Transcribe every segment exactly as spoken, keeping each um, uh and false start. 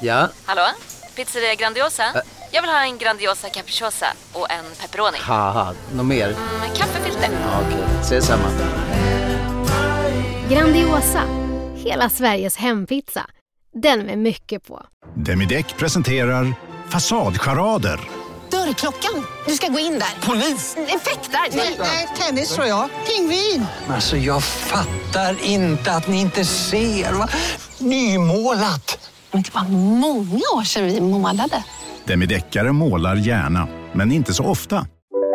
Ja? Hallå? Pizzeria Grandiosa? Ä- Jag vill ha en Grandiosa capriciosa och en pepperoni. Haha, något mer? Mm, kaffefilter. Ja, okej, okay. Ses samma. Grandiosa, hela Sveriges hempizza. Den med mycket på. Demideck presenterar Fasadcharader. Dörrklockan, du ska gå in där. Polis? Effektar? Nej, tennis tror jag. Pingvin. Alltså jag fattar inte att ni inte ser. Va? Nymålat. Men det var många år sedan vi målade. Demideckare målar gärna, men inte så ofta.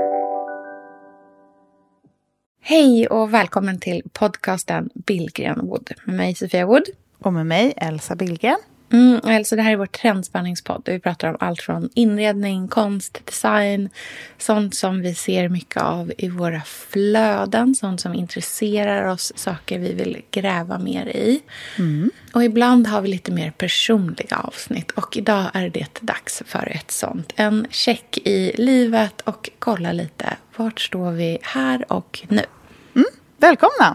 Hej och välkommen till podcasten Billgren Wood. Med mig Sofia Wood. Och med mig Elsa Billgren. Mm, alltså det här är vår trendspänningspodd. Vi pratar om allt från inredning, konst, design. Sånt som vi ser mycket av i våra flöden. Sånt som intresserar oss. Saker vi vill gräva mer i. Mm. Och ibland har vi lite mer personliga avsnitt. Och idag är det dags för ett sånt. En check i livet och kolla lite. Vart står vi här och nu? Mm, välkomna!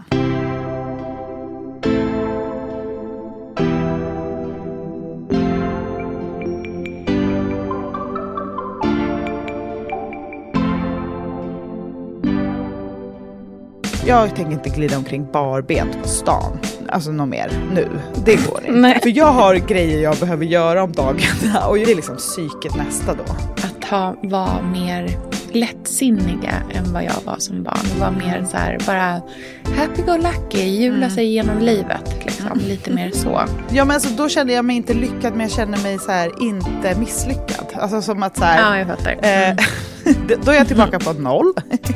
Jag tänker inte glida omkring barbent på stan. Alltså något mer nu. Det går inte. Nej. För jag har grejer jag behöver göra om dagarna. Och det är liksom psyket nästa då. Att ha, vara mer lättsinniga än vad jag var som barn. Vara mer så här, bara happy go lucky. Jula mm. sig genom livet. Liksom. Mm. Lite mer så. Ja, men alltså då känner jag mig inte lyckad. Men jag känner mig så här inte misslyckad. Alltså som att så här. Ja, jag fattar. Mm. Eh, då är jag tillbaka på noll.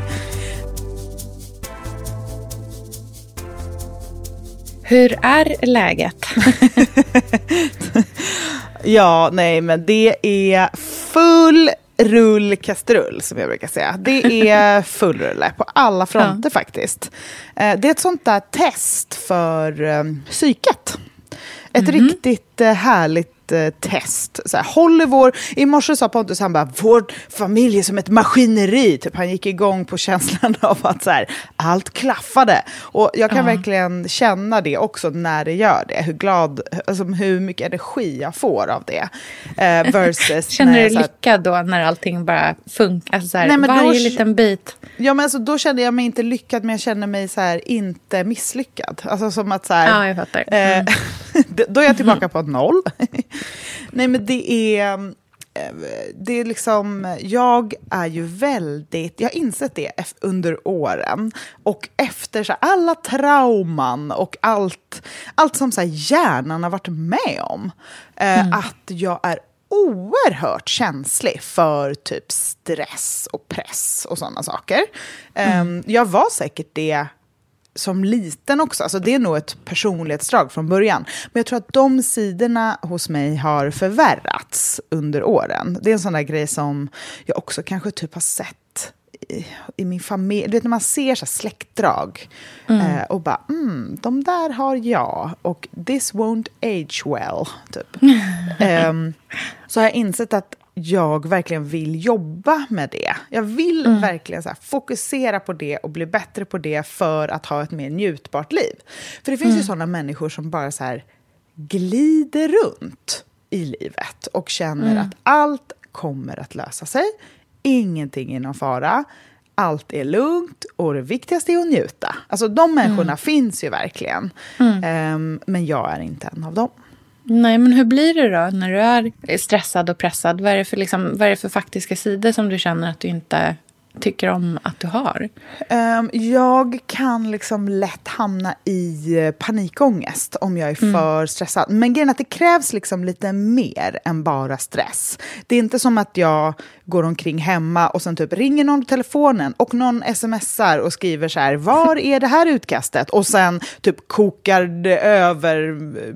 Hur är läget? Ja, nej, men det är full rull kastrull som jag brukar säga. Det är full rulle på alla fronter ja. faktiskt. Det är ett sånt där test för um, psyket. Ett mm-hmm. riktigt uh, härligt test. Så här, håller vår... I morse sa Pontus, han bara, vår familj är som ett maskineri. Typ, han gick igång på känslan av att så här, allt klaffade. Och jag kan uh-huh. verkligen känna det också när det gör det. Hur glad, alltså hur mycket energi jag får av det. Uh, versus känner när du här, lyckad då när allting bara funkar? Alltså så här, nej, men varje då, liten bit. Ja, men alltså, då känner jag mig inte lyckad, men jag känner mig så här, inte misslyckad. Alltså som att så här... Ja, jag fattar. Mm. Eh, då är jag tillbaka på noll. Nej, men det är, det är liksom, jag är ju väldigt, jag har insett det under åren och efter så här, alla trauman och allt, allt som så här, hjärnan har varit med om, mm. att jag är oerhört känslig för typ stress och press och sådana saker. Mm. Jag var säkert det som liten också. Alltså det är nog ett personlighetsdrag från början. Men jag tror att de sidorna hos mig har förvärrats under åren. Det är en sån där grej som jag också kanske typ har sett i, i min familj. Du vet när man ser så här släktdrag mm. eh, och bara, mm, de där har jag. Och this won't age well. Typ. um, så har jag insett att jag verkligen vill jobba med det. Jag vill mm. verkligen så här, fokusera på det och bli bättre på det för att ha ett mer njutbart liv. För det finns mm. ju sådana människor som bara så här glider runt i livet och känner mm. att allt kommer att lösa sig. Ingenting är någon fara. Allt är lugnt och det viktigaste är att njuta. Alltså de människorna mm. finns ju verkligen. Mm. Um, men jag är inte en av dem. Nej, men hur blir det då när du är stressad och pressad? Vad är det för, liksom, vad är det för faktiska sidor som du känner att du inte tycker om att du har? Um, jag kan liksom lätt hamna i panikångest om jag är mm. för stressad. Men grejen är att det krävs liksom lite mer än bara stress. Det är inte som att jag går omkring hemma och sen typ ringer någon på telefonen och någon smsar och skriver så här, var är det här utkastet? Och sen typ kokar det över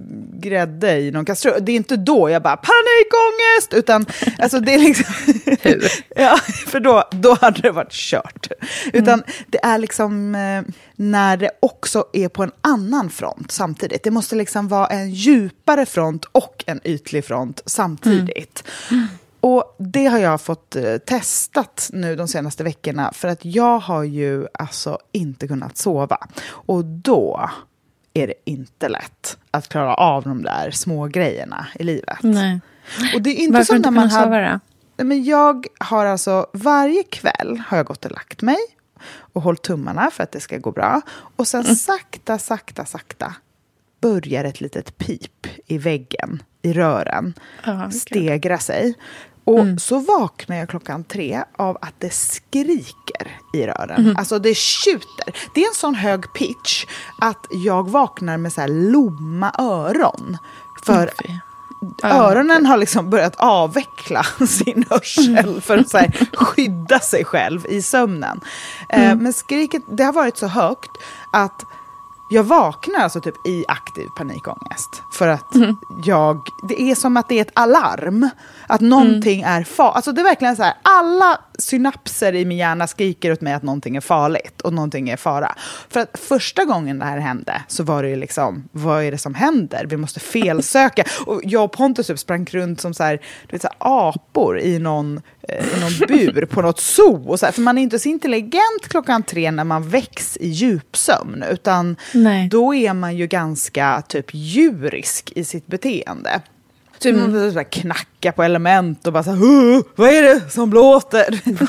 grädde i någon kastrull. Det är inte då jag bara panikångest, utan alltså det är liksom hur? Ja, för då, då hade det varit kört. Utan mm. det är liksom eh, när det också är på en annan front samtidigt. Det måste liksom vara en djupare front och en ytlig front samtidigt. Mm. Mm. Och det har jag fått eh, testat nu de senaste veckorna, för att jag har ju alltså inte kunnat sova. Och då är det inte lätt att klara av de där små grejerna i livet. Nej. Och det är inte Varför som inte när man kunna sova har... då? Men jag har alltså, varje kväll har jag gått och lagt mig och hållit tummarna för att det ska gå bra. Och sen mm. sakta, sakta, sakta börjar ett litet pip i väggen, i rören, oh, stegra sig. Och mm. så vaknar jag klockan tre av att det skriker i rören. Mm. Alltså det tjuter. Det är en sån hög pitch att jag vaknar med så här lomma öron. För mm. öronen har liksom börjat avveckla sin hörsel mm. för att så här skydda sig själv i sömnen. Mm. Eh, men skriket, det har varit så högt att jag vaknar alltså typ i aktiv panikångest. För att mm. jag... Det är som att det är ett alarm. Att någonting mm. är farligt. Alltså det är verkligen så här. Alla synapser i min hjärna skriker åt mig att någonting är farligt. Och någonting är fara. För att första gången det här hände så var det ju liksom... Vad är det som händer? Vi måste felsöka. Och jag och Pontus typ sprang runt som så här, du vet, så här apor i någon... i någon bur på något zoo. Och så här, för man är inte så intelligent klockan tre när man väcks i djupsömn. Utan Nej. Då är man ju ganska typ djurisk i sitt beteende. Typ mm. man så här, knacka på element och bara så här, vad är det som låter?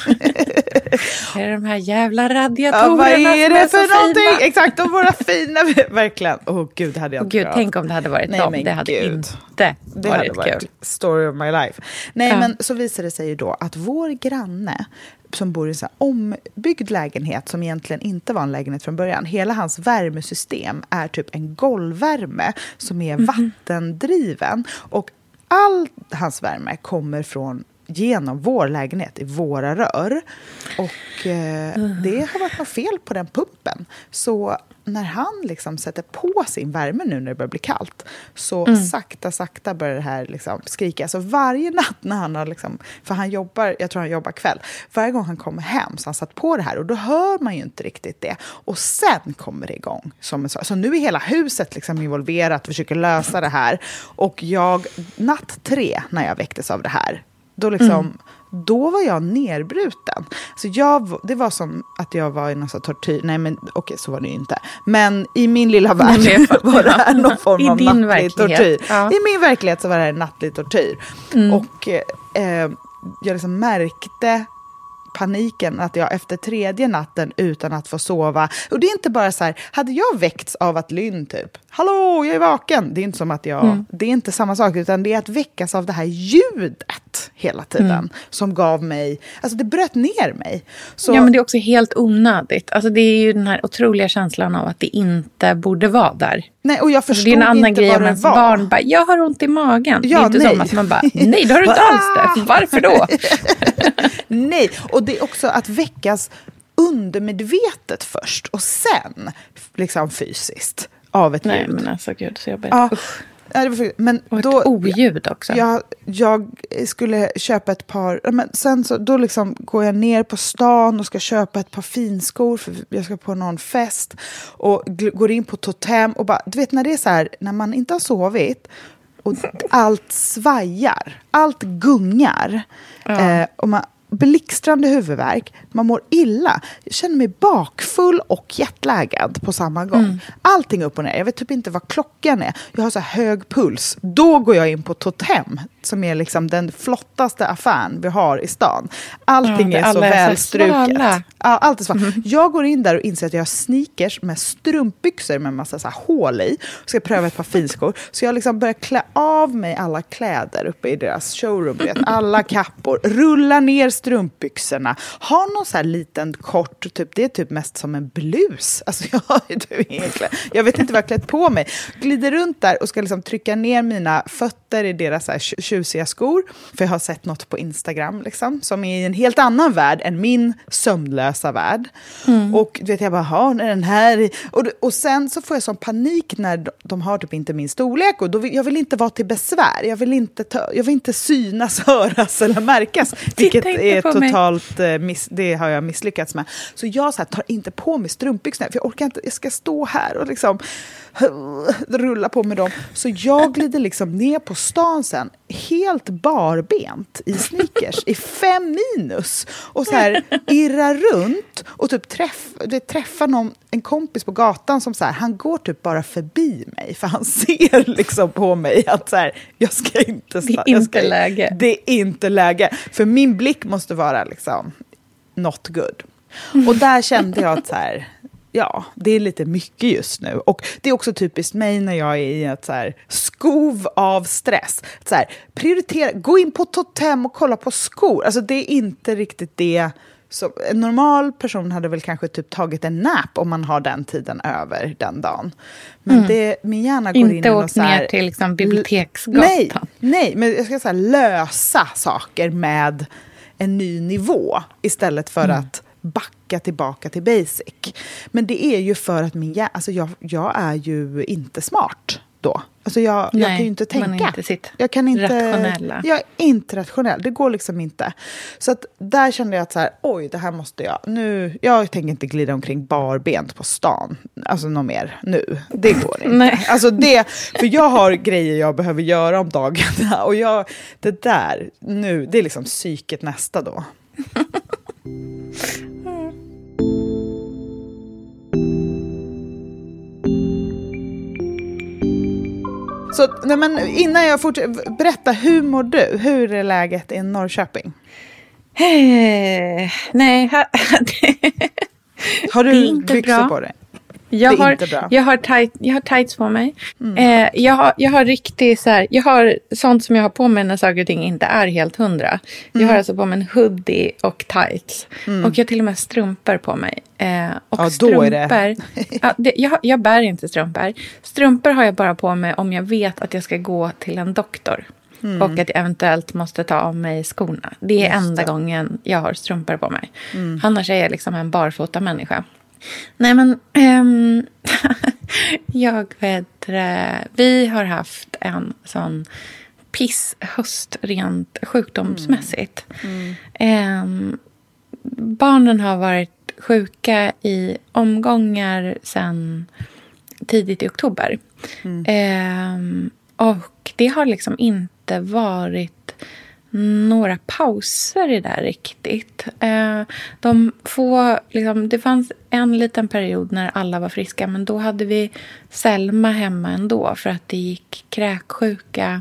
Det är de här jävla radiatorerna. Ja, vad är det för är någonting? Fina. Exakt, de våra fina, verkligen. Åh oh, gud, det hade jag inte gud, tänk om det hade varit Nej, dem. Det hade gud. inte det varit hade varit kul. Story of my life. Nej, ja. men så visar det sig ju då att vår granne som bor i en så här ombyggd lägenhet som egentligen inte var en lägenhet från början. Hela hans värmesystem är typ en golvvärme som är mm. vattendriven. Och all hans värme kommer från genom vår lägenhet i våra rör. Och eh, mm. det har varit något fel på den pumpen. Så när han liksom sätter på sin värme nu när det börjar bli kallt så mm. sakta, sakta börjar det här liksom skrika. Alltså varje natt när han har liksom, för han jobbar, jag tror han jobbar kväll, varje gång han kommer hem så har han satt på det här och då hör man ju inte riktigt det. Och sen kommer det igång. Som så. så nu är hela huset liksom involverat och försöker lösa det här. Och jag, natt tre när jag väcktes av det här, då liksom... Mm. Då var jag nerbruten. Så jag, det var som att jag var i någon sån tortyr. Nej, men okej, okay, så var det ju inte. Men i min lilla värld Nej, var det här någon form I av din nattlig verklighet. tortyr. Ja. I min verklighet så var det här nattlig tortyr. Mm. Och eh, jag liksom märkte paniken att jag efter tredje natten utan att få sova. Och det är inte bara så här, hade jag väckts av att Lynn typ, hallå, jag är vaken. Det är inte som att jag, mm. det är inte samma sak, utan det är att väckas av det här ljudet hela tiden mm. som gav mig, alltså det bröt ner mig. Så, ja, men det är också helt onödigt. Alltså det är ju den här otroliga känslan av att det inte borde vara där. Nej, och jag förstod alltså, det är en annan inte grej vad om det ens var. barn bara, jag har ont i magen. Ja, det är inte nej. som att man bara, nej, det har du inte alls det. Varför då? Nej, och det är också att väckas undermedvetet först och sen liksom fysiskt av ett nej, ljud. Nej, men alltså gud, så jobbigt. Ja. Ja, det var, men och då, ett oljud också. Jag, jag skulle köpa ett par... Men sen så, då liksom går jag ner på stan och ska köpa ett par finskor för jag ska på någon fest. Och går in på Totem och bara... Du vet när det är så här, när man inte har sovit och allt svajar, allt gungar. Ja. Eh, och man... blixtrande huvudvärk, man mår illa. Jag känner mig bakfull och jetlaggad på samma gång. Mm. Allting upp och ner. Jag vet typ inte vad klockan är. Jag har så här hög puls. Då går jag in på Totem, som är liksom den flottaste affären vi har i stan. Allting ja, är så välstruket. Ja, allt är så. Mm. Jag går in där och inser att jag har sneakers med strumpbyxor med en massa så här hål i. Och ska pröva ett par finskor. Så jag liksom börjar klä av mig alla kläder uppe i deras showroom. Vet. Alla kappor. Rulla ner strumpbyxorna. Har någon så här liten kort, typ, det är typ mest som en blus. Alltså jag har ju typ egentligen, jag vet inte vad jag klätt på mig. Glider runt där och ska liksom trycka ner mina fötter i deras så här tjusiga skor. För jag har sett något på Instagram liksom, som är i en helt annan värld än min sömnlösa värld. Mm. Och du vet, jag bara, ha den här. Och, och sen så får jag sån panik när de, de har typ inte min storlek. Och då vill, jag vill inte vara till besvär. Jag vill inte, ta, jag vill inte synas, höras eller märkas. Vilket är totalt, miss, det har jag misslyckats med. Så jag så här, tar inte på mig strumpbyxorna. För jag orkar inte, jag ska stå här och liksom rulla på med dem. Så jag glider liksom ner på stan sen, helt barbent i sneakers, i fem minus. Och så här irrar runt och typ träff, det träffar någon, en kompis på gatan som så här, han går typ bara förbi mig. För han ser liksom på mig att så här, jag ska inte... Det är inte ska, läge. Det är inte läge. För min blick måste vara liksom not good. Och där kände jag att så här... Ja, det är lite mycket just nu. Och det är också typiskt mig när jag är i ett så här skov av stress. Så här, prioritera, gå in på Totem och kolla på skor. Alltså det är inte riktigt det. Så en normal person hade väl kanske typ tagit en nap om man har den tiden över den dagen. Men Mm. det, min hjärna går inte in i något åkt så här... ner till liksom biblioteksgatan. Nej, nej, men jag ska säga lösa saker med en ny nivå istället för mm. att backa tillbaka till basic. Men det är ju för att min hjärna, alltså jag, jag är ju inte smart då. Alltså jag, Nej, jag kan ju inte tänka. man är inte sitt jag kan inte, rationella. Jag är inte rationell. Det går liksom inte. Så att där kände jag att så här, oj, det här måste jag. Nu, jag tänker inte glida omkring barbent på stan. Alltså något mer nu. Det går inte. Nej. Alltså det, för jag har grejer jag behöver göra om dagarna. Och jag, det där, nu, det är liksom psyket nästa då. Så nej, men innan jag fortsätter, berätta, hur mår du? Hur är läget i Norrköping? Eh, nej, här, har du det är inte byxor bra. på dig? Jag det är har, inte bra. Jag har, tight, jag har tights på mig. Mm. Eh, jag, har, jag har riktigt så här, jag har sånt som jag har på mig när saker och ting inte är helt hundra. Mm. Jag har alltså på mig en hoodie och tights. Mm. Och jag har till och med strumpor på mig. Eh, och ja, strumpor, då är det. ja, det jag, jag bär inte strumpor. Strumpor har jag bara på mig om jag vet att jag ska gå till en doktor. Mm. Och att jag eventuellt måste ta av mig skorna. Det är Just enda det. gången jag har strumpor på mig. Mm. Annars är jag liksom en barfota människa. Nej men, ähm, jag vet, vi har haft en sån pisshöst rent sjukdomsmässigt. Mm. Mm. Ähm, barnen har varit sjuka i omgångar sedan tidigt i oktober. Mm. Ähm, och det har liksom inte varit några pauser i det där riktigt. Eh, de få, liksom, det fanns en liten period när alla var friska, men då hade vi Selma hemma ändå för att det gick kräksjuka,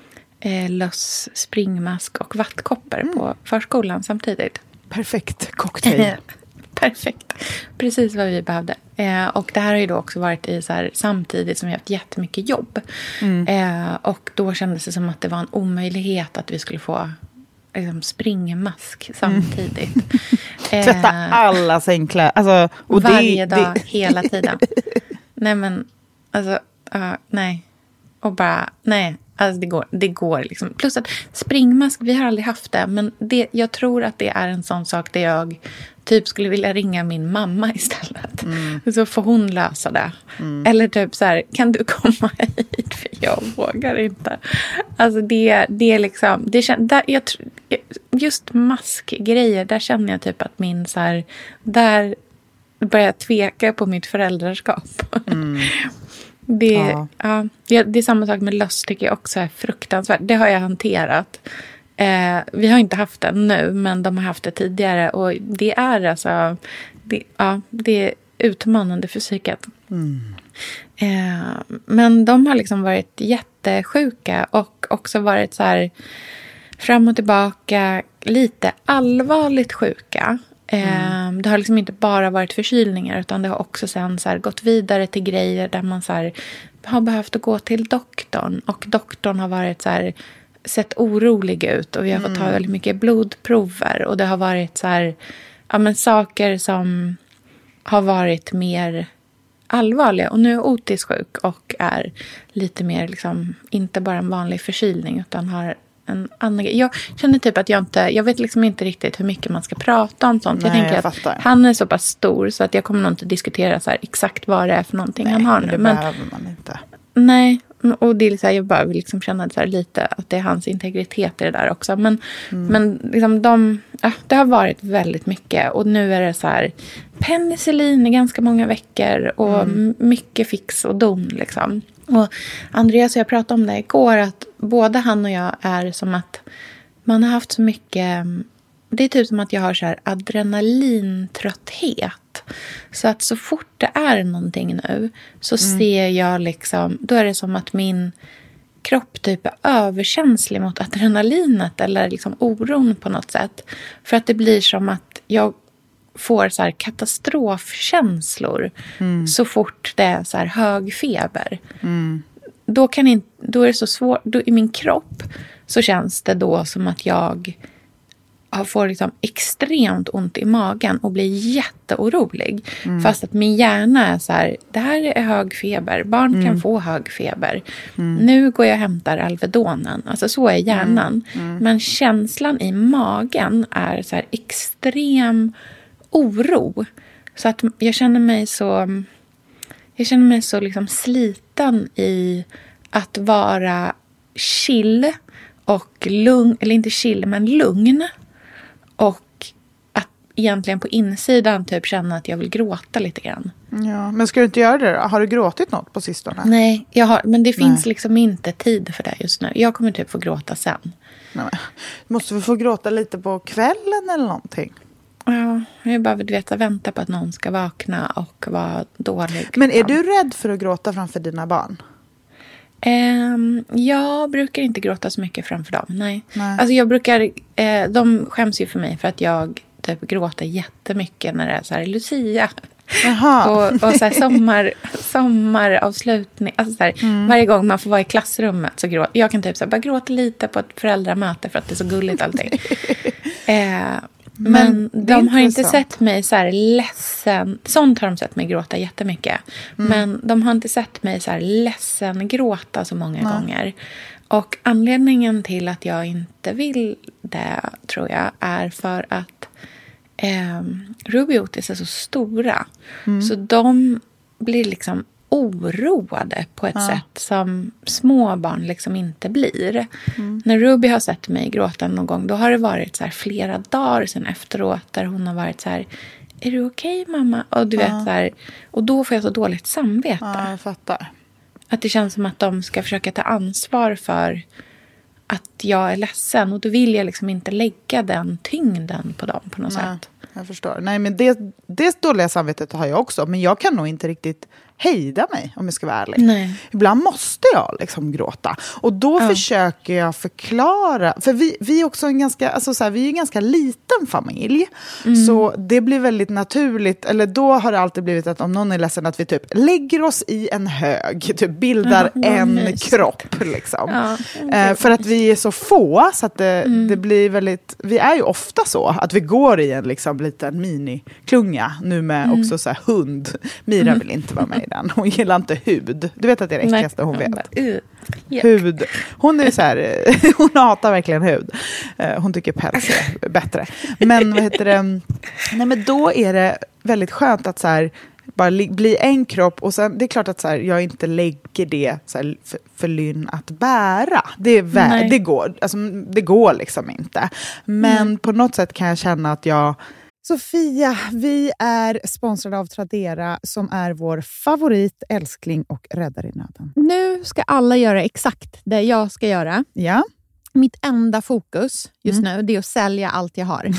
eh, löss, springmask och vattkoppor mm. på förskolan samtidigt. Perfekt cocktail. Perfekt. Precis vad vi behövde. Eh, och det här har ju då också varit i så här, samtidigt som vi har haft jättemycket jobb. Mm. Eh, och då kändes det som att det var en omöjlighet att vi skulle få liksom, springmask samtidigt. Mm. Tvätta eh, alla sängkläder. Alltså, och varje det, dag, det... hela tiden. Nej men, alltså, uh, nej. Och bara, nej. Alltså det går, det går liksom. Plus att springmask, vi har aldrig haft det. Men det, jag tror att det är en sån sak där jag typ skulle vilja ringa min mamma istället. Mm. Så får hon lösa det. Mm. Eller typ så här, kan du komma hit? För jag vågar inte. Alltså det, det är liksom, det kän, där, jag, just maskgrejer, där känner jag typ att min så här, där börjar jag tveka på mitt föräldraskap. Mm. Det, ja. Ja, det är samma sak med löss tycker jag också är fruktansvärt. Det har jag hanterat. Eh, vi har inte haft det nu, men de har haft det tidigare. Och det är alltså det, ja, det är utmanande för psyket. Mm. Eh, men de har liksom varit jättesjuka och också varit så här fram och tillbaka lite allvarligt sjuka. Mm. Det har liksom inte bara varit förkylningar utan det har också sen så här gått vidare till grejer där man så här har behövt att gå till doktorn och doktorn har varit så här sett orolig ut och vi har mm. fått ta väldigt mycket blodprover och det har varit så här ja men saker som har varit mer allvarliga och nu är Otis sjuk och är lite mer liksom inte bara en vanlig förkylning utan har en annan grej. Jag känner typ att jag inte, jag vet liksom inte riktigt hur mycket man ska prata om sånt. Nej, jag tänker jag att fattar. Han är så pass stor så att jag kommer nog inte diskutera så här exakt vad det är för någonting Nej, han har nu. det men behöver man inte. Nej, och det är så här, jag bara vill liksom känna så här lite att det är hans integritet i det där också. Men, mm. men liksom de, ja, det har varit väldigt mycket och nu är det så här penicillin i ganska många veckor och mm. mycket fix och don liksom. Och Andreas och jag pratade om det igår att både han och jag är som att man har haft så mycket det är typ som att jag har så här adrenalintrötthet. Så att så fort det är någonting nu så mm. ser jag liksom, då är det som att min kropp typ är överkänslig mot adrenalinet eller liksom oron på något sätt. För att det blir som att jag får så här katastrofkänslor mm. så fort det är så här hög feber. Mm. Då, kan inte, då är det så svårt, då i min kropp så känns det då som att jag får liksom extremt ont i magen och blir jätteorolig. Mm. Fast att min hjärna är så här, det här är hög feber. Barn mm. kan få hög feber. Mm. Nu går jag och hämtar Alvedonen. Alltså så är hjärnan. Mm. Mm. Men känslan i magen är så här extrem oro. Så att jag känner mig så jag känner mig så liksom sliten i att vara chill och lugn, eller inte chill men lugn. Och att egentligen på insidan typ känna att jag vill gråta lite grann. Ja, men ska du inte göra det då? Har du gråtit något på sistone? Nej, jag har, men det finns Nej. liksom inte tid för det just nu. Jag kommer typ få gråta sen. Nej, måste vi få gråta lite på kvällen eller någonting? Ja, jag bara vill veta, vänta på att någon ska vakna och vara dålig. Men är du rädd för att gråta framför dina barn? Um, jag brukar inte gråta så mycket framför dem, nej. nej. Alltså jag brukar, eh, de skäms ju för mig för att jag typ gråter jättemycket när det är så här Lucia. och, och så här sommar, sommaravslutning. Alltså så här, mm. varje gång man får vara i klassrummet så gråter jag. kan typ så här, bara gråta lite på ett föräldramöte för att det är så gulligt allting. eh, Men, men de har inte sett mig så här ledsen. Sånt har de sett mig gråta jättemycket. Mm. Men de har inte sett mig så här ledsen gråta så många Nej. gånger. Och anledningen till att jag inte vill det, tror jag, är för att eh, Ruby och Otis är så stora. Mm. Så de blir liksom oroade på ett ja. sätt som små barn liksom inte blir. Mm. När Ruby har sett mig gråta någon gång, då har det varit så här flera dagar sedan efteråt där hon har varit så här, är du okej okay, mamma? Och du ja. vet så här, och då får jag så dåligt samvete. Ja, jag fattar. Att det känns som att de ska försöka ta ansvar för att jag är ledsen, och då vill jag liksom inte lägga den tyngden på dem på något Nej, sätt. Jag förstår. Nej, men det, det dåliga samvetet har jag också, men jag kan nog inte riktigt hejda mig, om jag ska vara ärlig. Nej. Ibland måste jag liksom gråta. Och då ja. försöker jag förklara. För vi, vi är också en ganska, alltså så här, vi är en ganska liten familj. Mm. Så det blir väldigt naturligt. Eller då har det alltid blivit att om någon är ledsen att vi typ lägger oss i en hög. Typ bildar ja, en mysigt. kropp. Liksom. Ja, eh, för att vi är så få. Så att det, mm. det blir väldigt... Vi är ju ofta så. Att vi går i en liksom, liten miniklunga. Nu med mm. också så här, hund. Mira mm. vill inte vara med. Hon gillar inte hud. Du vet att det är det äckligaste hon vet. Bara, uh, hud. Hon är så här, hon hatar verkligen hud. Hon tycker päls är bättre. Men vad heter det? Nej, men då är det väldigt skönt att så här, bara bli en kropp. Och sen, det är klart att så här, jag inte lägger det så här, för, för Lynn att bära. Det, är vä- det, går, alltså, det går liksom inte. Men mm. på något sätt kan jag känna att jag... Sofia, vi är sponsrade av Tradera som är vår favorit, älskling och räddare i nöden. Nu ska alla göra exakt det jag ska göra. Ja. Mitt enda fokus just mm. nu det är att sälja allt jag har.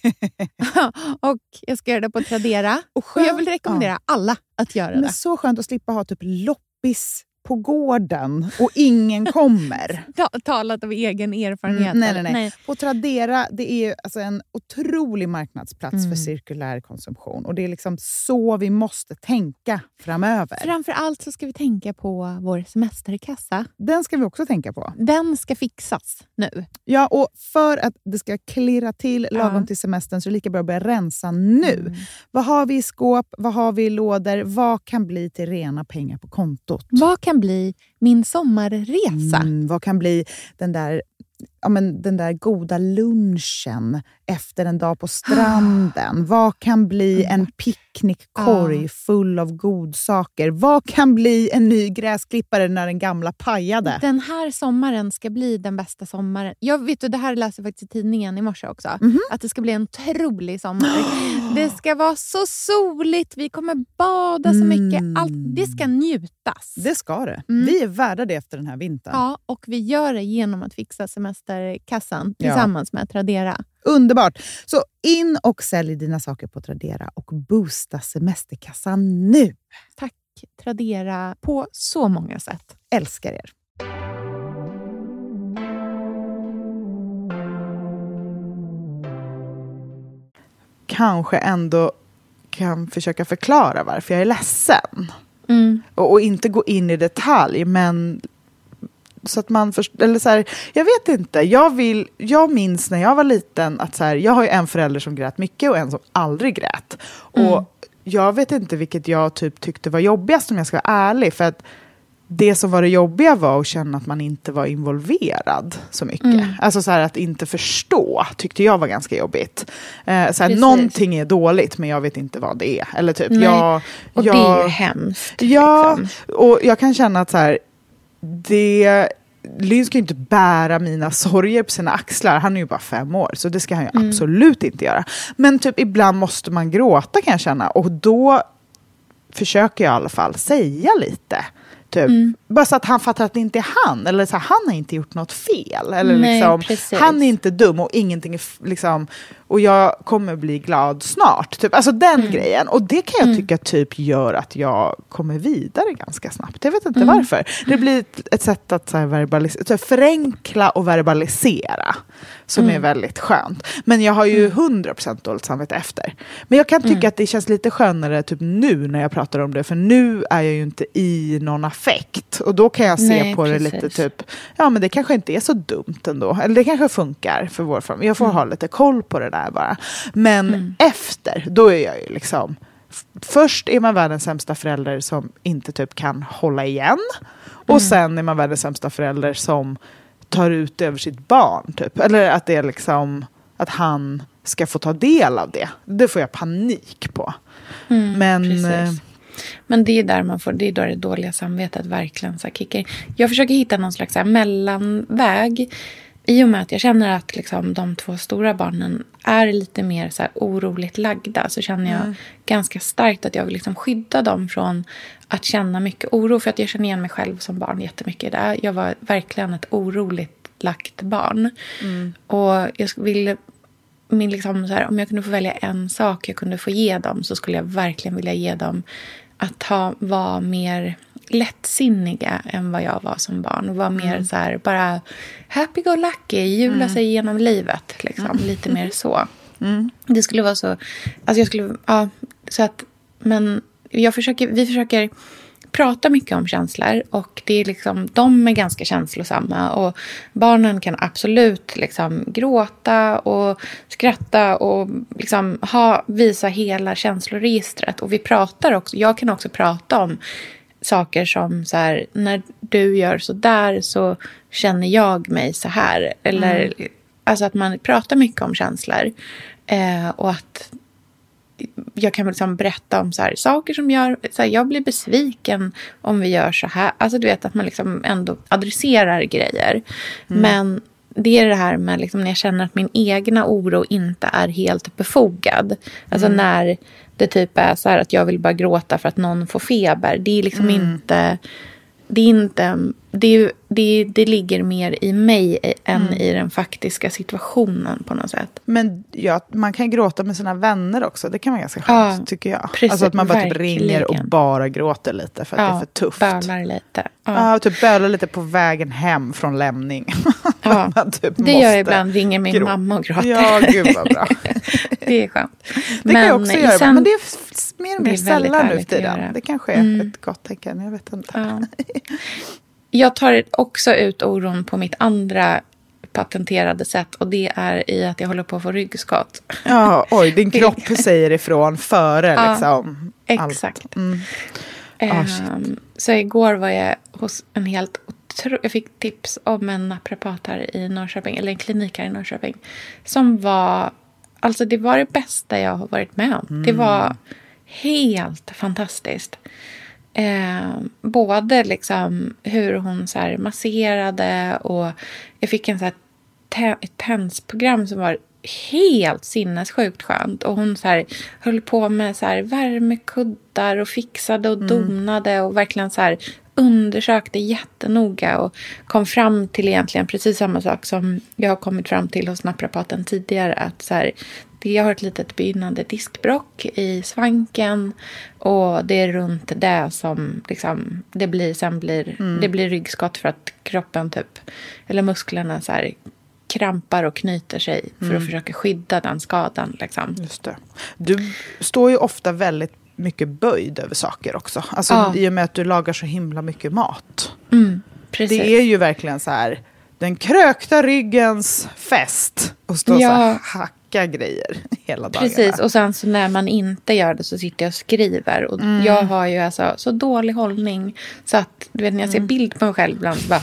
Och jag ska göra det på Tradera. Och, skönt, och jag vill rekommendera ja. alla att göra Men det. Så skönt att slippa ha typ loppis på gården och ingen kommer. Talat av egen erfarenhet. Mm, nej, nej, nej, nej. På Tradera, det är alltså en otrolig marknadsplats mm. för cirkulär konsumtion. Och det är liksom så vi måste tänka framöver. Framförallt så ska vi tänka på vår semesterkassa. Den ska vi också tänka på. Den ska fixas nu. Ja, och för att det ska klirra till lagom ja. till semestern så är det lika bra att börja rensa nu. Mm. Vad har vi i skåp? Vad har vi i lådor? Vad kan bli till rena pengar på kontot? Vad kan bli min sommarresa? Mm, vad kan bli den där, ja, men den där goda lunchen efter en dag på stranden? Vad kan bli en picknickkorg full av godsaker? Vad kan bli en ny gräsklippare när den gamla pajade? Den här sommaren ska bli den bästa sommaren. Jag vet, det här läser jag faktiskt i tidningen i morse också. Mm-hmm. Att det ska bli en otrolig sommar. Det ska vara så soligt. Vi kommer bada så mycket. Allt, det ska njutas. Det ska det. Mm. Vi är värda det efter den här vintern. Ja, och vi gör det genom att fixa semesterkassan tillsammans ja. med Tradera. Underbart. Så in och sälj dina saker på Tradera och boosta semesterkassan nu. Tack Tradera på så många sätt. Älskar er. Kanske ändå kan försöka förklara varför jag är ledsen. Mm. Och, och inte gå in i detalj, men så att man först, eller så här, jag vet inte, jag vill, jag minns när jag var liten att så här, jag har ju en förälder som grät mycket och en som aldrig grät. Mm. Och jag vet inte vilket jag typ tyckte var jobbigast, om jag ska vara ärlig, för att det som var det jobbiga var att känna att man inte var involverad så mycket. Mm. Alltså så här, att inte förstå tyckte jag var ganska jobbigt. Eh, så här, någonting är dåligt men jag vet inte vad det är. Eller typ, jag, och jag, det är ju hemskt. Ja, liksom. Och jag kan känna att så här, det... Lynn ska ju inte bära mina sorger på sina axlar. Han är ju bara fem år, så det ska han ju mm. absolut inte göra. Men typ ibland måste man gråta, kan jag känna. Och då försöker jag i alla fall säga lite. Typ. Mm. Bara så att han fattar att det inte är han. Eller så här, han har inte gjort något fel. Eller Nej, liksom, han är inte dum och ingenting är liksom... Och jag kommer bli glad snart. Typ. Alltså den mm. grejen. Och det kan jag mm. tycka typ gör att jag kommer vidare ganska snabbt. Jag vet inte mm. varför. Det blir ett, ett sätt att så här, verbalisera, så här, förenkla och verbalisera. Som mm. är väldigt skönt. Men jag har ju hundra procent dåligt samvete efter. Men jag kan tycka mm. att det känns lite skönare typ nu när jag pratar om det. För nu är jag ju inte i någon affekt. Och då kan jag se Nej, på precis. det lite typ, ja men det kanske inte är så dumt ändå. Eller det kanske funkar för vår familj. Jag får mm. ha lite koll på det där bara. Men mm. efter, då är jag ju liksom, först är man världens sämsta förälder som inte typ kan hålla igen. Och mm. sen är man världens sämsta förälder som tar ut över sitt barn typ. Eller att det är liksom, att han ska få ta del av det. Det får jag panik på. Mm, men precis. Men det är där man får, det är då det dåliga samvetet verkligen så här kickar. Jag försöker hitta någon slags så här mellanväg. I och med att jag känner att liksom, de två stora barnen är lite mer så här, oroligt lagda, så känner jag mm. ganska starkt att jag vill liksom, skydda dem från att känna mycket oro. För att jag känner igen mig själv som barn jättemycket där. Jag var verkligen ett oroligt lagt barn. Mm. Och jag ville, min, liksom, så här, om jag kunde få välja en sak jag kunde få ge dem, så skulle jag verkligen vilja ge dem att ha, vara mer lättsinniga än vad jag var som barn. Och vara mm. mer så här, bara happy-go-lucky, jula mm. sig genom livet. Liksom, mm. lite mer så. Mm. Det skulle vara så... Alltså jag skulle... Ja, så att... Men jag försöker, vi försöker prata mycket om känslor. Och det är liksom... De är ganska känslosamma. Och barnen kan absolut liksom gråta och skratta och liksom ha, visa hela känsloregistret. Och vi pratar också... Jag kan också prata om saker som så här, när du gör så där så känner jag mig så här. Eller mm. alltså att man pratar mycket om känslor. Eh, och att jag kan liksom berätta om så här, saker som gör, så här, jag blir besviken om vi gör så här. Alltså du vet att man liksom ändå adresserar grejer. Mm. Men det är det här med liksom, när jag känner att min egna oro inte är helt befogad. Alltså mm. när det typ är så här att jag vill bara gråta för att någon får feber. Det är liksom mm. inte... Det är inte... Det, är, det, det ligger mer i mig än mm. i den faktiska situationen på något sätt. Men ja, man kan gråta med sina vänner också. Det kan vara ganska skönt, ja, tycker jag. Precis, alltså att man bara typ ringer och bara gråter lite för att ja, det är för tufft. Bölar lite. Ja, ja typ bölar lite på vägen hem från lämning. Ja, typ det gör jag ibland. Ringer min grå- mamma och gråter. Ja, gud vad bra. Det är skönt. Det men kan jag också göra. Sen, men det är mer och mer sällan nu för tiden. Det kanske är mm. ett gott tecken. Jag vet inte. Ja. Jag tar också ut oron på mitt andra patenterade sätt. Och det är i att jag håller på att få ryggskott. Ja, oj, din kropp säger ifrån före ja, liksom. Exakt. Mm. Oh, um, så igår var jag hos en helt otro... Jag fick tips om en naprapat här i Norrköping. Eller en klinik här i Norrköping. Som var... Alltså det var det bästa jag har varit med om. Mm. Det var helt fantastiskt. Eh, både liksom hur hon så här masserade och jag fick en så här te- ett tensprogram som var helt sinnessjukt skönt och hon så här höll på med så här värmekuddar och fixade och donade mm. och verkligen så här undersökte jättenoga och kom fram till egentligen precis samma sak som jag har kommit fram till hos naprapaten tidigare. Att så här, jag har ett litet begynnande diskbråck i svanken och det är runt det som liksom, det blir, sen blir, mm. det blir ryggskott för att kroppen typ, eller musklerna så här, krampar och knyter sig för mm. att försöka skydda den skadan. Liksom. Just det. Du står ju ofta väldigt mycket böjd över saker också. Alltså ja. I och med att du lagar så himla mycket mat. Mm, precis. Det är ju verkligen så här den krökta ryggens fest. Och stå ja. så här hacka grejer hela dagen. Precis, och sen så när man inte gör det så sitter jag och skriver. Och mm. jag har ju alltså så dålig hållning så att du vet när jag ser mm. bild på mig själv ibland så bara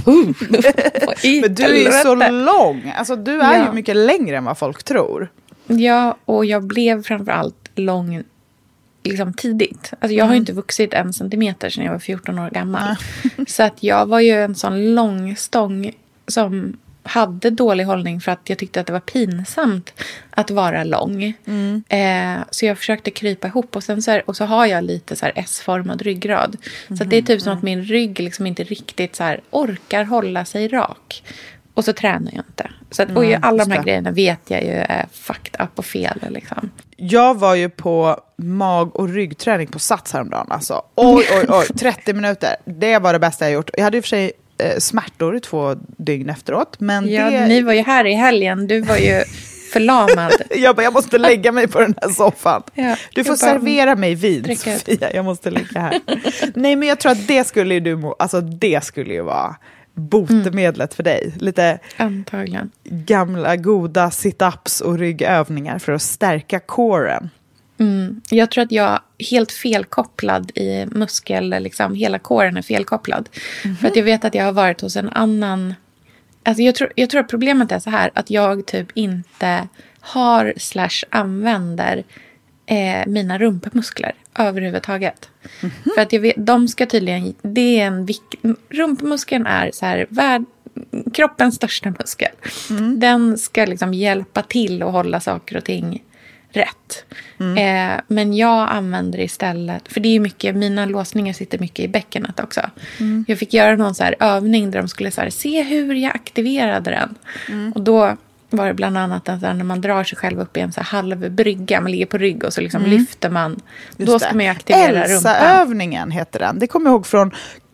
men du är ju så lång. Alltså du är ja. ju mycket längre än vad folk tror. Ja, och jag blev framförallt lång liksom tidigt. Alltså jag mm. har ju inte vuxit en centimeter sedan jag var fjorton år gammal. Mm. Så att jag var ju en sån lång stång som hade dålig hållning för att jag tyckte att det var pinsamt att vara lång. Mm. Eh, så jag försökte krypa ihop och sen så här, och så har jag lite så här S-formad ryggrad. Mm. Så att det är typ som att min rygg liksom inte riktigt så här orkar hålla sig rak. Och så tränar jag inte. Så att, och mm, alla de här grejerna vet jag ju är fucked up och fel. Liksom. Jag var ju på mag- och ryggträning på Sats häromdagen. Alltså. Oj, oj, oj. trettio minuter. Det var det bästa jag gjort. Jag hade ju för sig eh, smärtor i två dygn efteråt. Men ja, det... ni var ju här i helgen. Du var ju förlamad. jag bara, jag måste lägga mig på den här soffan. Ja, du får bara, servera mig vin, Sofia. Jag måste ligga här. Nej, men jag tror att det skulle ju du må... Alltså, det skulle ju vara... botemedlet mm. för dig. Lite antagligen gamla goda sit-ups och ryggövningar för att stärka coren. Mm. Jag tror att jag är helt felkopplad i muskel, liksom hela coren är felkopplad. Mm-hmm. För att jag vet att jag har varit hos en annan, alltså jag tror, jag tror att problemet är så här att jag typ inte har slash använder eh, mina rumpmuskler överhuvudtaget. Mm-hmm. För att jag vet, de ska tydligen, det är en vik- rumpmuskeln är så här värld, kroppens största muskel. Mm. Den ska liksom hjälpa till att hålla saker och ting rätt. Mm. Eh, men jag använder istället, för det är mycket, mina låsningar sitter mycket i bäckenet också. Mm. Jag fick göra någon så här övning där de skulle så här, se hur jag aktiverade den. Mm. Och då var det bland annat en, när man drar sig själv upp i en så här halv brygga. Man ligger på rygg och så liksom mm. lyfter man. Just då ska det. Man ju aktivera rumpan. Elsa-övningen heter den. Det kommer jag ihåg från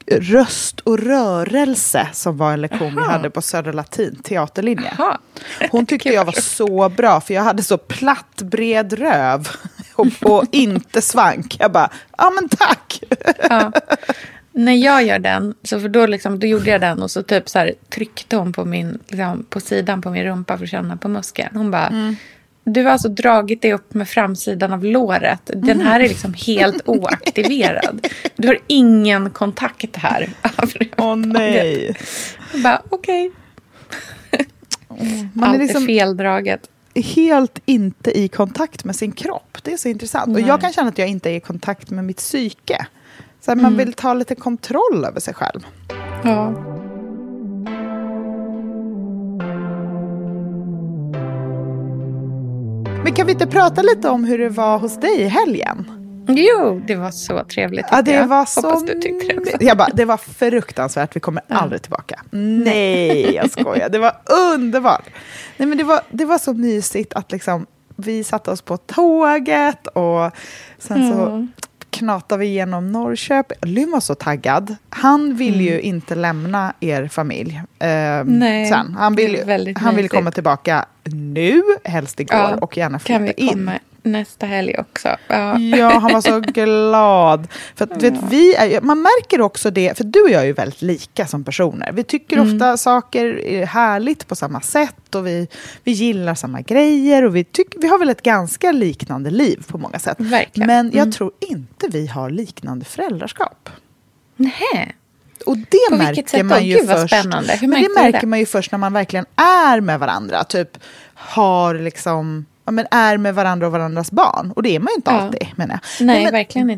röst och rörelse som var en lektion Aha. vi hade på Södra Latin teaterlinje. Aha. Hon tyckte jag var så bra för jag hade så platt bred röv och, och inte svank. Jag bara, ja men tack. Ja. När jag gör den, så för då, liksom, då gjorde jag den och så typ så här, tryckte hon på, min, liksom, på sidan på min rumpa för att känna på muskeln. Hon bara, mm. du har alltså dragit dig upp med framsidan av låret. Den här är liksom helt oaktiverad. Du har ingen kontakt här. Åh oh, nej. Jag bara, okej. Okay. Oh, allt är liksom feldraget. Helt inte i kontakt med sin kropp. Det är så intressant. Nej. Och jag kan känna att jag inte är i kontakt med mitt psyke. Så att man mm. vill ta lite kontroll över sig själv. Ja. Men kan vi inte prata lite om hur det var hos dig i helgen? Jo, det var så trevligt. Ja, det jag. var så... Hoppas du tyckte det också. Jag bara, det var fruktansvärt. Vi kommer ja. aldrig tillbaka. Nej, jag skojar. Det var underbart. Nej, men det var, det var så mysigt att liksom, vi satte oss på tåget och sen mm. så... knatade vi igenom Norrköping. Lynn var så taggad. Han vill mm. ju inte lämna er familj. Eh, Nej, sen. Han vill, han vill komma tillbaka nu, helst igår, ja, och gärna flytta in. Kan vi komma in nästa helg också? Ja, ja han var så glad. För att, ja. vet, vi är, man märker också det, för du och jag är ju väldigt lika som personer. Vi tycker mm. ofta saker är härligt på samma sätt och vi, vi gillar samma grejer och vi, tycker, vi har väl ett ganska liknande liv på många sätt. Verkligen. Men jag mm. tror inte vi har liknande föräldraskap. Nej. Och det på märker man då? ju Gud, först. Spännande. Hur men det märker det? man ju först när man verkligen är med varandra. Typ har liksom, ja, men är med varandra och varandras barn. Och det är man ju inte ja. alltid, menar jag. Nej, men, verkligen inte.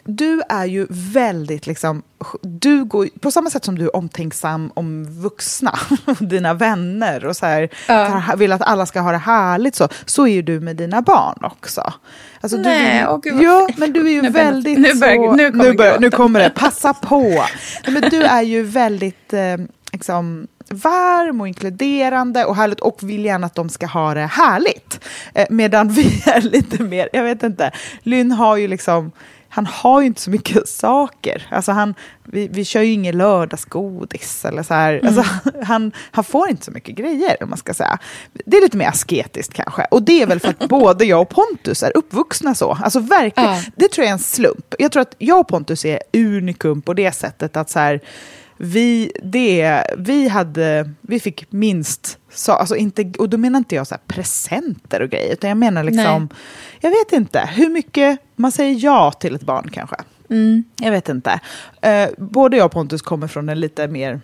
du är ju väldigt liksom, du går på samma sätt som du är omtänksam om vuxna, dina vänner och så här, ja. vill att alla ska ha det härligt så, så är ju du med dina barn också. Alltså, Nej, du, åh, Gud, ja, men du är ju nu väldigt nu börjar, så, nu, kommer nu, börjar, nu kommer det, passa på. Nej, men du är ju väldigt eh, liksom, varm och inkluderande och härligt och vill gärna att de ska ha det härligt. Eh, medan vi är lite mer, jag vet inte, Lynn har ju liksom, han har ju inte så mycket saker. Alltså han, vi, vi kör ju ingen lördagsgodis eller så här. Mm. Alltså han, han får inte så mycket grejer, om man ska säga. Det är lite mer asketiskt kanske. Och det är väl för att både jag och Pontus är uppvuxna så. Alltså verkligen, ja. Det tror jag är en slump. Jag tror att jag och Pontus är unikum på det sättet att så här, vi, det, vi, hade, vi fick minst, så, alltså inte, och då menar inte jag så här presenter och grejer, utan jag menar liksom, Nej. jag vet inte, hur mycket man säger ja till ett barn kanske. Mm. Jag vet inte. Eh, både jag och Pontus kommer från en lite mer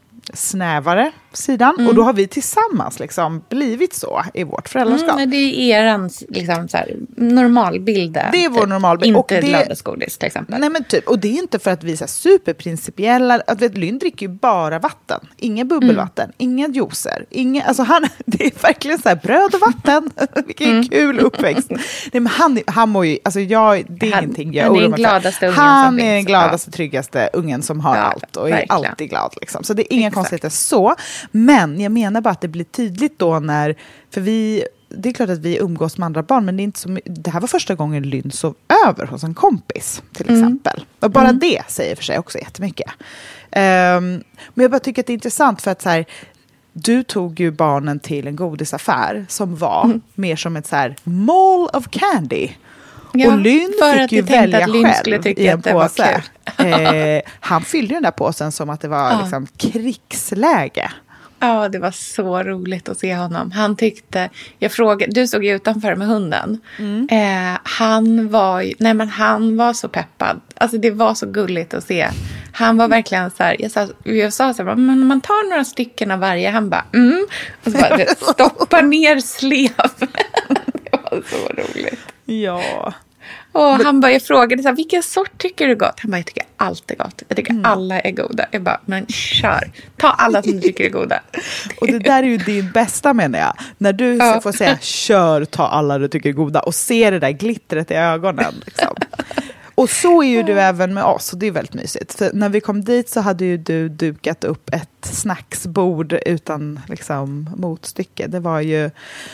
snävare sidan. Mm. Och då har vi tillsammans liksom blivit så i vårt föräldraskap. Mm, det är er liksom, så här, normalbild. Det är vår typ. normalbild. Inte och det, lördagsgodis till exempel. Nej men typ, och det är inte för att vi är så superprincipiella. Att vet, Lynn dricker ju bara vatten. Ingen bubbelvatten, mm. inga juicer. Inga, alltså han, det är verkligen så här bröd och vatten. Vilken mm. kul uppväxt. Nej, men han, han mår ju, alltså jag, det är han, ingenting jag Han är den gladaste ungen Han som är den finns. gladaste, tryggaste ungen som har ja, allt. Och verkligen. är alltid glad liksom. Så det är inga konstigheter så. Men jag menar bara att det blir tydligt då när, för vi, det är klart att vi umgås med andra barn, men det är inte så, det här var första gången Lynn sov över hos en kompis till exempel. Mm. Och bara mm. det säger för sig också jättemycket. Um, men jag bara tycker att det är intressant för att så här, du tog ju barnen till en godisaffär som var mm. mer som ett så här mall of candy. Ja, och Lynn fick ju välja själv i en påse. eh, han fyllde den där påsen som att det var ja. liksom krigsläge. Ja, det var så roligt att se honom. Han tyckte, jag frågade, du stod ju utanför med hunden. Mm. Eh, han var nej men han var så peppad. Alltså det var så gulligt att se. Han var verkligen så här, jag sa, jag sa så här, men man tar några stycken av varje. Han bara, mm. Och så bara, stoppa ner slev. Det var så roligt. Ja. Och men, han bara, jag frågade så här, vilken sort tycker du är gott? Han bara, jag tycker allt är gott. Jag tycker mm. alla är goda. Jag bara, men kör. Ta alla som du tycker är goda. Och det där är ju din bästa, menar jag. När du ja. får säga, kör, ta alla du tycker är goda. Och se det där glittret i ögonen. Liksom. Och så är ju du även med oss. Och det är väldigt mysigt. För när vi kom dit så hade ju du dukat upp ett snacksbord utan liksom motstycke. Det var ju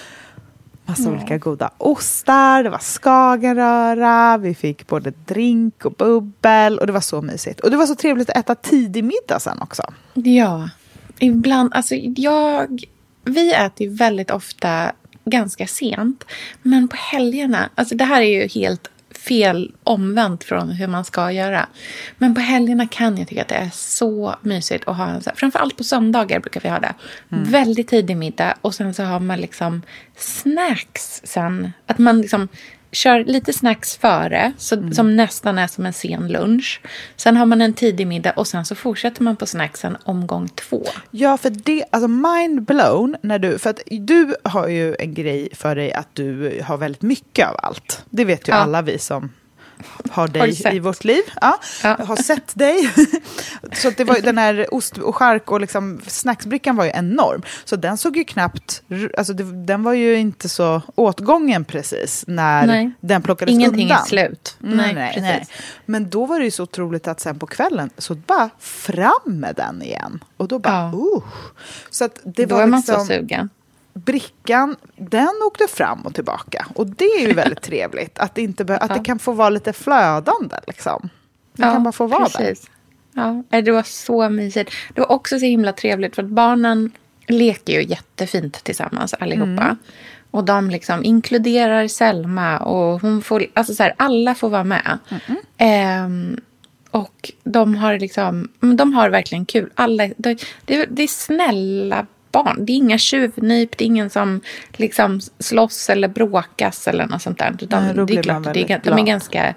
massa mm. olika goda ostar, det var skagenröra, vi fick både drink och bubbel och det var så mysigt. Och det var så trevligt att äta tidig middag sen också. Ja, ibland, alltså jag, vi äter ju väldigt ofta ganska sent, men på helgerna, alltså det här är ju helt fel omvänt från hur man ska göra. Men på helgerna kan jag tycka att det är så mysigt att ha en så här, framförallt på söndagar brukar vi ha det. Mm. Väldigt tidig middag och sen så har man liksom snacks sen. Att man liksom kör lite snacks före så, mm. som nästan är som en sen lunch. Sen har man en tidig middag och sen så fortsätter man på snacksen omgång två. Ja, för det, alltså mind blown när du, för att du har ju en grej för dig att du har väldigt mycket av allt. Det vet ju ja. alla vi som har dig har i vårt liv. Ja, ja. Jag har sett dig. Så att det var den här ost och skärk och liksom snacksbrickan var ju enorm. Så den såg ju knappt, alltså det, den var ju inte så åtgången precis när nej. den plockades Ingenting undan. Ingenting är slut. Nej, nej, nej, nej. Men då var det ju så otroligt att sen på kvällen så bara fram med den igen. Och då bara, ja. uh. Så att det då var är man liksom, så sugen. Brickan, den åkte fram och tillbaka. Och det är ju väldigt trevligt. Att, det, inte be- att ja. det kan få vara lite flödande. Liksom. Det ja, kan bara få vara precis. där. Ja, det var så mysigt. Det var också så himla trevligt. För att barnen leker ju jättefint tillsammans allihopa. Mm. Och de liksom inkluderar Selma. Och hon får, alltså så här, alla får vara med. Mm. Ehm, och de har liksom, de har verkligen kul. Alla, det, det, det är snälla barn. Det är inga tjuvnyp, det är ingen som liksom slåss eller bråkas eller något sånt där. Utan Nej, det är klart, det är, de är ganska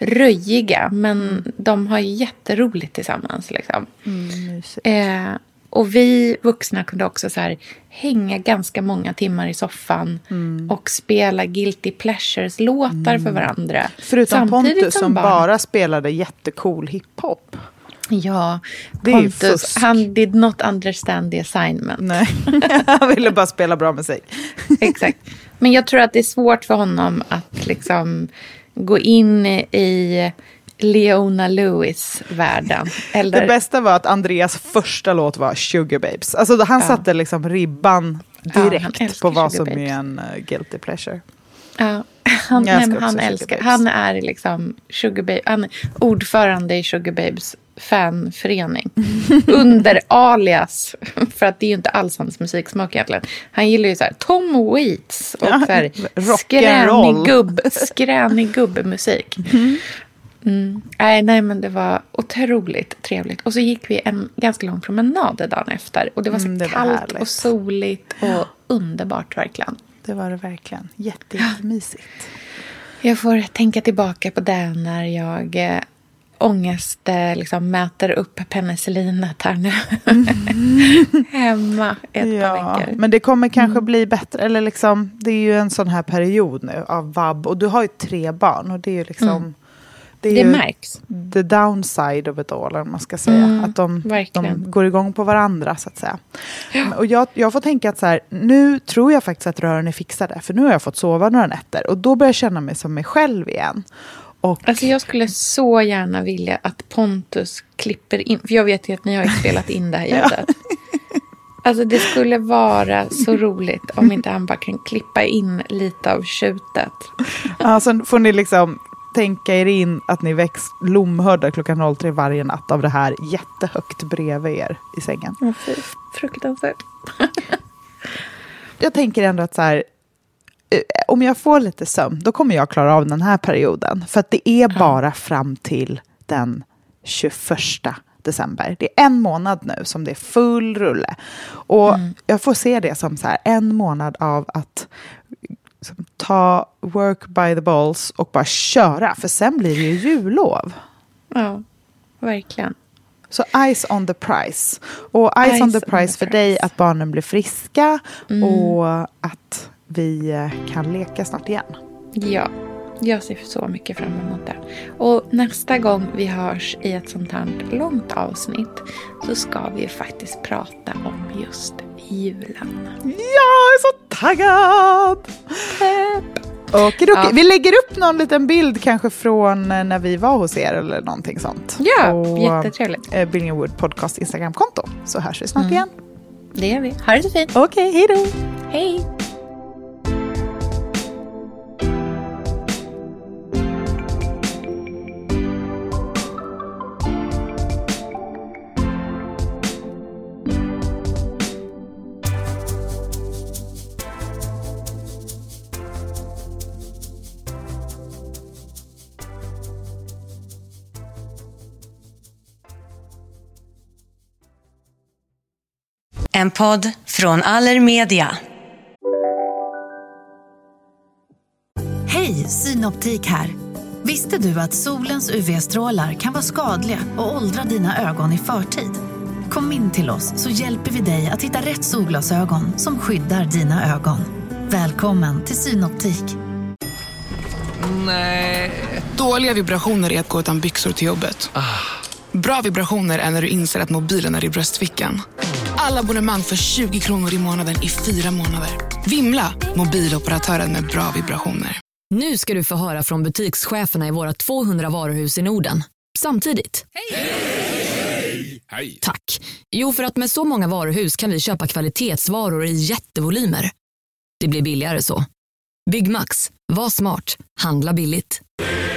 röjiga, men mm. de har jätteroligt tillsammans. Liksom. Mm, eh, Och vi vuxna kunde också så här hänga ganska många timmar i soffan Mm. och spela guilty pleasures-låtar för varandra. Förutom Samtidigt Pontus som barn- bara spelade jättecool hiphop. Ja, Det är ju Pontus, fusk. han did not understand the assignment. Nej, han ville bara spela bra musik. Exakt. Men jag tror att det är svårt för honom att liksom gå in i Leona Lewis-världen. Eller... Det bästa var att Andreas första låt var Sugar Babes. Alltså han Ja. satte liksom ribban Ja, han direkt älskar på vad Sugar som Babes. är en uh, guilty pleasure. Ja, han, Jag nej, älskar men han också Sugar älskar. Babes. Han är liksom Sugar Babe, han är ordförande i Sugar Babes fanförening. Under alias. För att det är ju inte alls hans musiksmak egentligen. Han gillar ju så här Tom Waits och Ja, så här rock'n'roll. skränig gubb, skränig gubbmusik. Mm. Mm. Nej, nej, men det var otroligt trevligt. Och så gick vi en ganska lång promenad dagen efter. Och det var så Mm, det var kallt härligt. och soligt och underbart verkligen. Det var det verkligen. Jätte, jättemysigt. Jag får tänka tillbaka på det när jag eh, ångest eh, liksom, mäter upp penicillinet här nu. Hemma ett Ja, par veckor. men det kommer kanske bli bättre. Eller liksom, det är ju en sån här period nu av vab. Och du har ju tre barn. Och det är ju liksom... Mm. Det, är Det ju märks. the downside of it all, eller vad man ska säga. Mm, att de, verkligen. de går igång på varandra, så att säga. Och jag, jag får tänka att så här, nu tror jag faktiskt att rören är fixade. För nu har jag fått sova några nätter. Och då börjar jag känna mig som mig själv igen. Och, Alltså jag skulle så gärna vilja att Pontus klipper in. För jag vet ju att ni har ju spelat in det här ljudet. Alltså det skulle vara så roligt om inte han bara kan klippa in lite av tjutet. ja, sen får ni liksom tänka er in att ni väcks lomhörda klockan noll tre varje natt av det här jättehögt bredvid er i sängen. Ja, fy, fruktansvärt. Jag tänker ändå att så här, eh, om jag får lite sömn, då kommer jag klara av den här perioden. För att det är bara fram till den tjugoförsta december. Det är en månad nu som det är full rulle. Och Mm. jag får se det som så här, en månad av att liksom, ta work by the balls och bara köra. För sen blir det ju jullov. Ja, verkligen. Så ice on the price. Och ice, Ice on the on price the för price. dig att barnen blir friska Mm. och att vi eh, kan leka snart igen. Ja, jag ser så mycket fram emot det. Och nästa gång vi hörs i ett sånt här långt avsnitt så ska vi faktiskt prata om just julen. Ja, jag är så taggad! Pepp. Och Ja. vi lägger upp någon liten bild kanske från eh, när vi var hos er eller någonting sånt. Ja, och, jättetrevligt. eh, Building a Wood podcast Instagramkonto. Så hörs vi snart Mm. igen. Det gör vi. Ha det så fint. Okej, hej då! Hej! En podd från Allermedia. Hej, Synoptik här. Visste du att solens U V-strålar kan vara skadliga och åldra dina ögon i förtid? Kom in till oss så hjälper vi dig att hitta rätt solglasögon som skyddar dina ögon. Välkommen till Synoptik. Nej. Dåliga vibrationer är att gå utan byxor till jobbet. Bra vibrationer är när du inser att mobilen är i bröstfickan. Alla abonnemang för tjugo kronor i månaden i fyra månader. Vimla, mobiloperatören med bra vibrationer. Nu ska du få höra från butikscheferna i våra tvåhundra varuhus i Norden. Samtidigt. Hej! Hej! Tack. Jo, för att med så många varuhus kan vi köpa kvalitetsvaror i jättevolymer. Det blir billigare så. Byggmax. Var smart. Handla billigt.